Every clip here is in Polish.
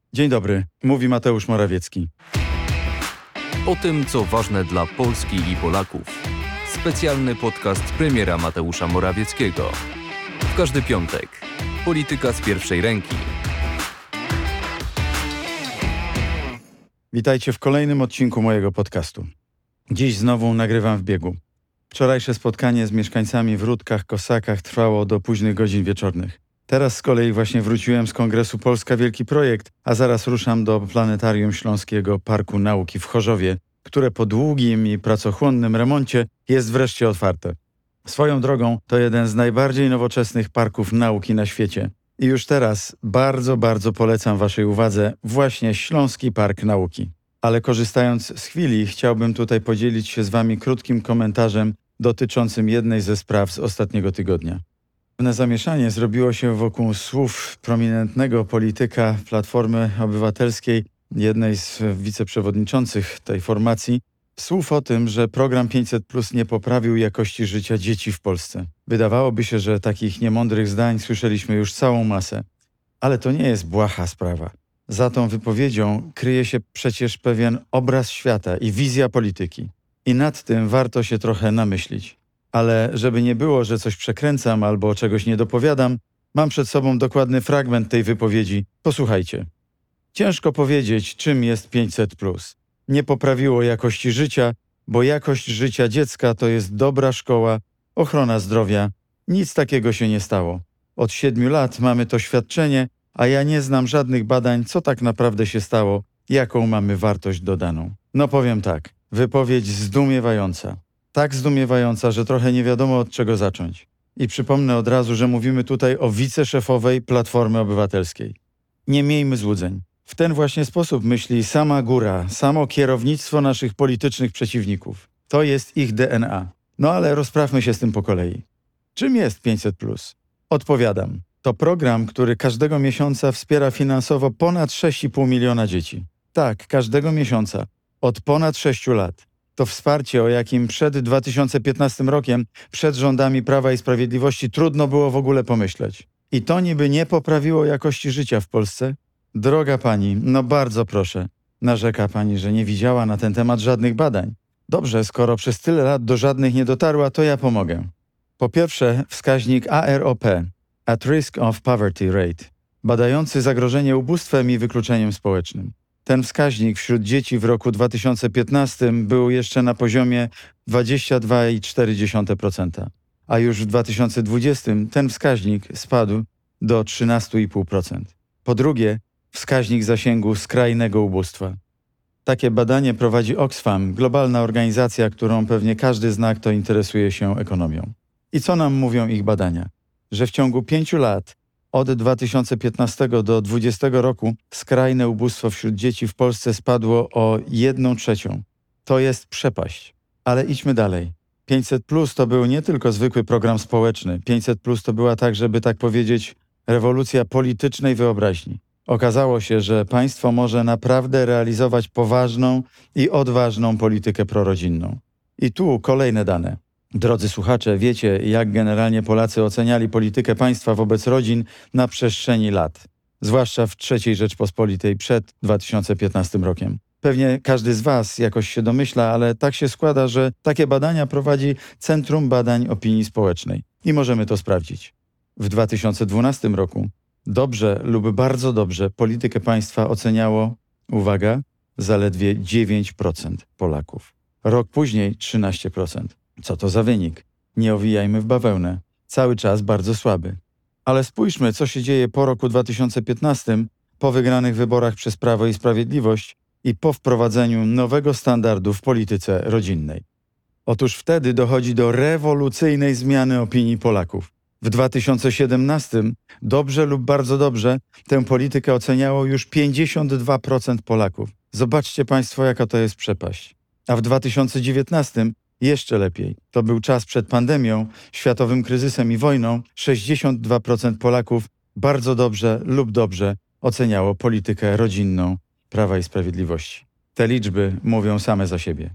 Dzień dobry, mówi Mateusz Morawiecki. O tym, co ważne dla Polski i Polaków. Specjalny podcast premiera Mateusza Morawieckiego. W każdy piątek. Polityka z pierwszej ręki. Witajcie w kolejnym odcinku mojego podcastu. Dziś znowu nagrywam w biegu. Wczorajsze spotkanie z mieszkańcami w Rudkach, Kosakach trwało do późnych godzin wieczornych. Teraz z kolei właśnie wróciłem z kongresu Polska Wielki Projekt, a zaraz ruszam do Planetarium Śląskiego Parku Nauki w Chorzowie, które po długim i pracochłonnym remoncie jest wreszcie otwarte. Swoją drogą to jeden z najbardziej nowoczesnych parków nauki na świecie. I już teraz bardzo polecam waszej uwadze właśnie Śląski Park Nauki. Ale korzystając z chwili, chciałbym tutaj podzielić się z wami krótkim komentarzem dotyczącym jednej ze spraw z ostatniego tygodnia. Pewne zamieszanie zrobiło się wokół słów prominentnego polityka Platformy Obywatelskiej, jednej z wiceprzewodniczących tej formacji, słów o tym, że program 500+ nie poprawił jakości życia dzieci w Polsce. Wydawałoby się, że takich niemądrych zdań słyszeliśmy już całą masę. Ale to nie jest błaha sprawa. Za tą wypowiedzią kryje się przecież pewien obraz świata i wizja polityki. I nad tym warto się trochę namyślić. Ale żeby nie było, że coś przekręcam albo czegoś nie dopowiadam, mam przed sobą dokładny fragment tej wypowiedzi. Posłuchajcie. Ciężko powiedzieć, czym jest 500+. Nie poprawiło jakości życia, bo jakość życia dziecka to jest dobra szkoła, ochrona zdrowia. Nic takiego się nie stało. Od 7 lat mamy to świadczenie, a ja nie znam żadnych badań, co tak naprawdę się stało, jaką mamy wartość dodaną. No powiem tak, wypowiedź zdumiewająca. Tak zdumiewająca, że trochę nie wiadomo od czego zacząć. I przypomnę od razu, że mówimy tutaj o wiceszefowej Platformy Obywatelskiej. Nie miejmy złudzeń. W ten właśnie sposób myśli sama góra, samo kierownictwo naszych politycznych przeciwników. To jest ich DNA. No ale rozprawmy się z tym po kolei. Czym jest 500+? Odpowiadam. To program, który każdego miesiąca wspiera finansowo ponad 6,5 miliona dzieci. Tak, każdego miesiąca. Od ponad 6 lat. To wsparcie, o jakim przed 2015 rokiem, przed rządami Prawa i Sprawiedliwości trudno było w ogóle pomyśleć. I to niby nie poprawiło jakości życia w Polsce? Droga pani, no bardzo proszę. Narzeka pani, że nie widziała na ten temat żadnych badań. Dobrze, skoro przez tyle lat do żadnych nie dotarła, to ja pomogę. Po pierwsze, wskaźnik AROP, At Risk of Poverty Rate, badający zagrożenie ubóstwem i wykluczeniem społecznym. Ten wskaźnik wśród dzieci w roku 2015 był jeszcze na poziomie 22,4%, a już w 2020 ten wskaźnik spadł do 13,5%. Po drugie, wskaźnik zasięgu skrajnego ubóstwa. Takie badanie prowadzi Oxfam, globalna organizacja, którą pewnie każdy zna, kto interesuje się ekonomią. I co nam mówią ich badania? Że w ciągu 5 lat, od 2015 do 2020 roku, skrajne ubóstwo wśród dzieci w Polsce spadło o 1/3. To jest przepaść. Ale idźmy dalej. 500+ to był nie tylko zwykły program społeczny. 500+ to była tak, żeby tak powiedzieć, rewolucja politycznej wyobraźni. Okazało się, że państwo może naprawdę realizować poważną i odważną politykę prorodzinną. I tu kolejne dane. Drodzy słuchacze, wiecie, jak generalnie Polacy oceniali politykę państwa wobec rodzin na przestrzeni lat. Zwłaszcza w III Rzeczpospolitej przed 2015 rokiem. Pewnie każdy z was jakoś się domyśla, ale tak się składa, że takie badania prowadzi Centrum Badań Opinii Społecznej. I możemy to sprawdzić. W 2012 roku dobrze lub bardzo dobrze politykę państwa oceniało, uwaga, zaledwie 9% Polaków. Rok później 13%. Co to za wynik? Nie owijajmy w bawełnę. Cały czas bardzo słaby. Ale spójrzmy, co się dzieje po roku 2015, po wygranych wyborach przez Prawo i Sprawiedliwość i po wprowadzeniu nowego standardu w polityce rodzinnej. Otóż wtedy dochodzi do rewolucyjnej zmiany opinii Polaków. W 2017, dobrze lub bardzo dobrze, tę politykę oceniało już 52% Polaków. Zobaczcie państwo, jaka to jest przepaść. A w 2019 jeszcze lepiej. To był czas przed pandemią, światowym kryzysem i wojną. 62% Polaków bardzo dobrze lub dobrze oceniało politykę rodzinną Prawa i Sprawiedliwości. Te liczby mówią same za siebie.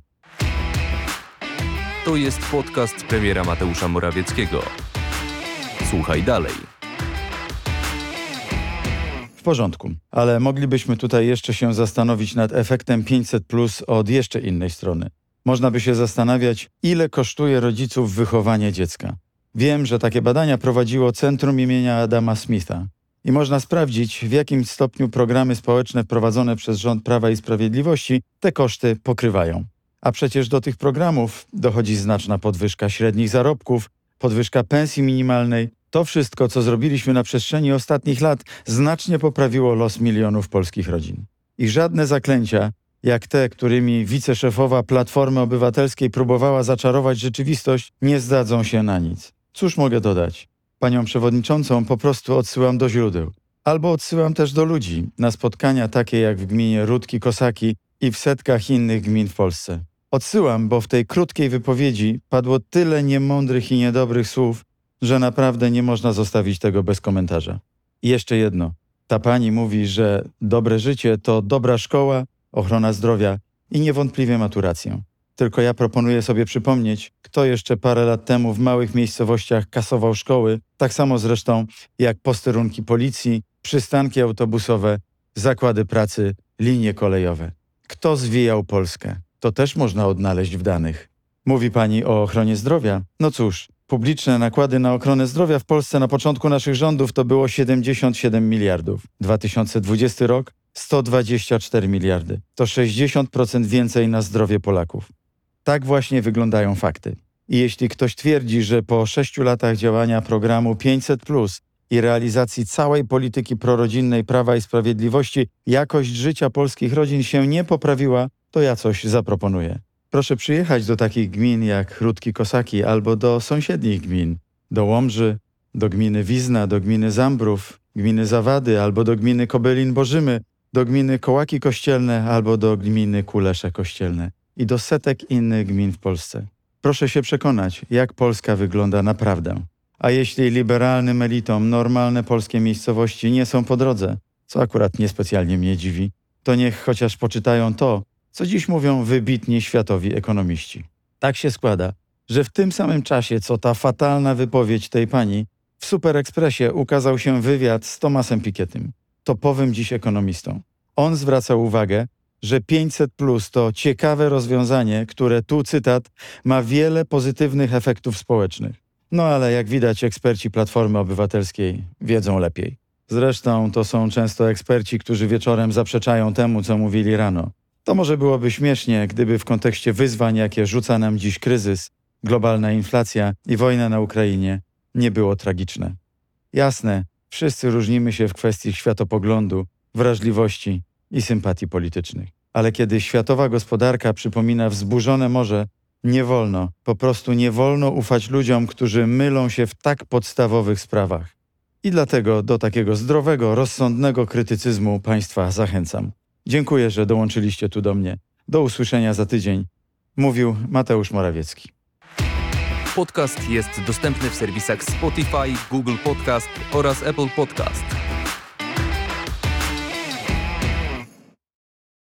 To jest podcast premiera Mateusza Morawieckiego. Słuchaj dalej. porządku, ale moglibyśmy tutaj jeszcze się zastanowić nad efektem 500+ od jeszcze innej strony. Można by się zastanawiać, ile kosztuje rodziców wychowanie dziecka. Wiem, że takie badania prowadziło Centrum imienia Adama Smitha i można sprawdzić, w jakim stopniu programy społeczne wprowadzone przez rząd Prawa i Sprawiedliwości te koszty pokrywają. A przecież do tych programów dochodzi znaczna podwyżka średnich zarobków, podwyżka pensji minimalnej. To wszystko, co zrobiliśmy na przestrzeni ostatnich lat, znacznie poprawiło los milionów polskich rodzin. I żadne zaklęcia, jak te, którymi wiceszefowa Platformy Obywatelskiej próbowała zaczarować rzeczywistość, nie zdadzą się na nic. Cóż mogę dodać? Panią przewodniczącą po prostu odsyłam do źródeł. Albo odsyłam też do ludzi, na spotkania takie jak w gminie Rudki Kosaki i w setkach innych gmin w Polsce. Odsyłam, bo w tej krótkiej wypowiedzi padło tyle niemądrych i niedobrych słów, że naprawdę nie można zostawić tego bez komentarza. I jeszcze jedno. Ta pani mówi, że dobre życie to dobra szkoła, ochrona zdrowia i niewątpliwie maturację. Tylko ja proponuję sobie przypomnieć, kto jeszcze parę lat temu w małych miejscowościach kasował szkoły, tak samo zresztą jak posterunki policji, przystanki autobusowe, zakłady pracy, linie kolejowe. Kto zwijał Polskę? To też można odnaleźć w danych. Mówi pani o ochronie zdrowia? No cóż, publiczne nakłady na ochronę zdrowia w Polsce na początku naszych rządów to było 77 miliardów. 2020 rok 124 miliardy. To 60% więcej na zdrowie Polaków. Tak właśnie wyglądają fakty. I jeśli ktoś twierdzi, że po 6 latach działania programu 500+ i realizacji całej polityki prorodzinnej Prawa i Sprawiedliwości jakość życia polskich rodzin się nie poprawiła, to ja coś zaproponuję. Proszę przyjechać do takich gmin jak Rudki Kosaki albo do sąsiednich gmin, do Łomży, do gminy Wizna, do gminy Zambrów, gminy Zawady albo do gminy Kobylin-Bożymy, do gminy Kołaki Kościelne albo do gminy Kulesze Kościelne i do setek innych gmin w Polsce. Proszę się przekonać, jak Polska wygląda naprawdę. A jeśli liberalnym elitom normalne polskie miejscowości nie są po drodze, co akurat niespecjalnie mnie dziwi, to niech chociaż poczytają to, co dziś mówią wybitni światowi ekonomiści. Tak się składa, że w tym samym czasie, co ta fatalna wypowiedź tej pani, w Super Expressie ukazał się wywiad z Thomasem Pikettym, topowym dziś ekonomistą. On zwraca uwagę, że 500+ to ciekawe rozwiązanie, które, tu cytat, ma wiele pozytywnych efektów społecznych. No ale jak widać, eksperci Platformy Obywatelskiej wiedzą lepiej. Zresztą to są często eksperci, którzy wieczorem zaprzeczają temu, co mówili rano. To może byłoby śmiesznie, gdyby w kontekście wyzwań, jakie rzuca nam dziś kryzys, globalna inflacja i wojna na Ukrainie, nie było tragiczne. Jasne, wszyscy różnimy się w kwestii światopoglądu, wrażliwości i sympatii politycznych. Ale kiedy światowa gospodarka przypomina wzburzone morze, nie wolno, po prostu nie wolno ufać ludziom, którzy mylą się w tak podstawowych sprawach. I dlatego do takiego zdrowego, rozsądnego krytycyzmu Państwa zachęcam. Dziękuję, że dołączyliście tu do mnie. Do usłyszenia za tydzień. Mówił Mateusz Morawiecki. Podcast jest dostępny w serwisach Spotify, Google Podcast oraz Apple Podcast.